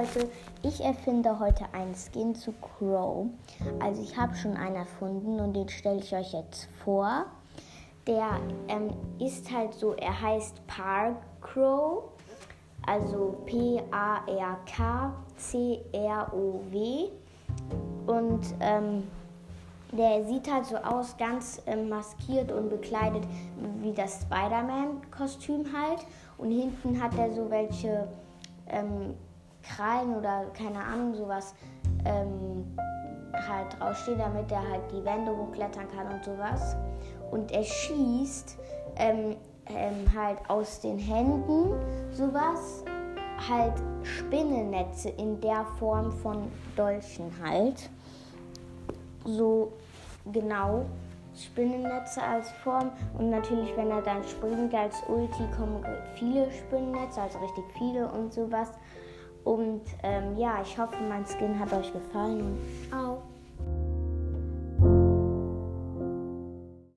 Leute, ich erfinde heute einen Skin zu Crow. Also ich habe schon einen erfunden und den stelle ich euch jetzt vor. Der ist halt so, er heißt Park Crow, also P-A-R-K-C-R-O-W und der sieht halt so aus, ganz maskiert und bekleidet wie das Spider-Man-Kostüm halt. Und hinten hat er so welche Krallen oder keine Ahnung, sowas halt draufstehen, damit er halt die Wände hochklettern kann und sowas. Und er schießt halt aus den Händen sowas, halt Spinnennetze in der Form von Dolchen halt. So genau Spinnennetze als Form und natürlich, wenn er dann springt als Ulti, kommen viele Spinnennetze, also richtig viele und sowas. Und ja, ich hoffe, mein Skin hat euch gefallen und auch.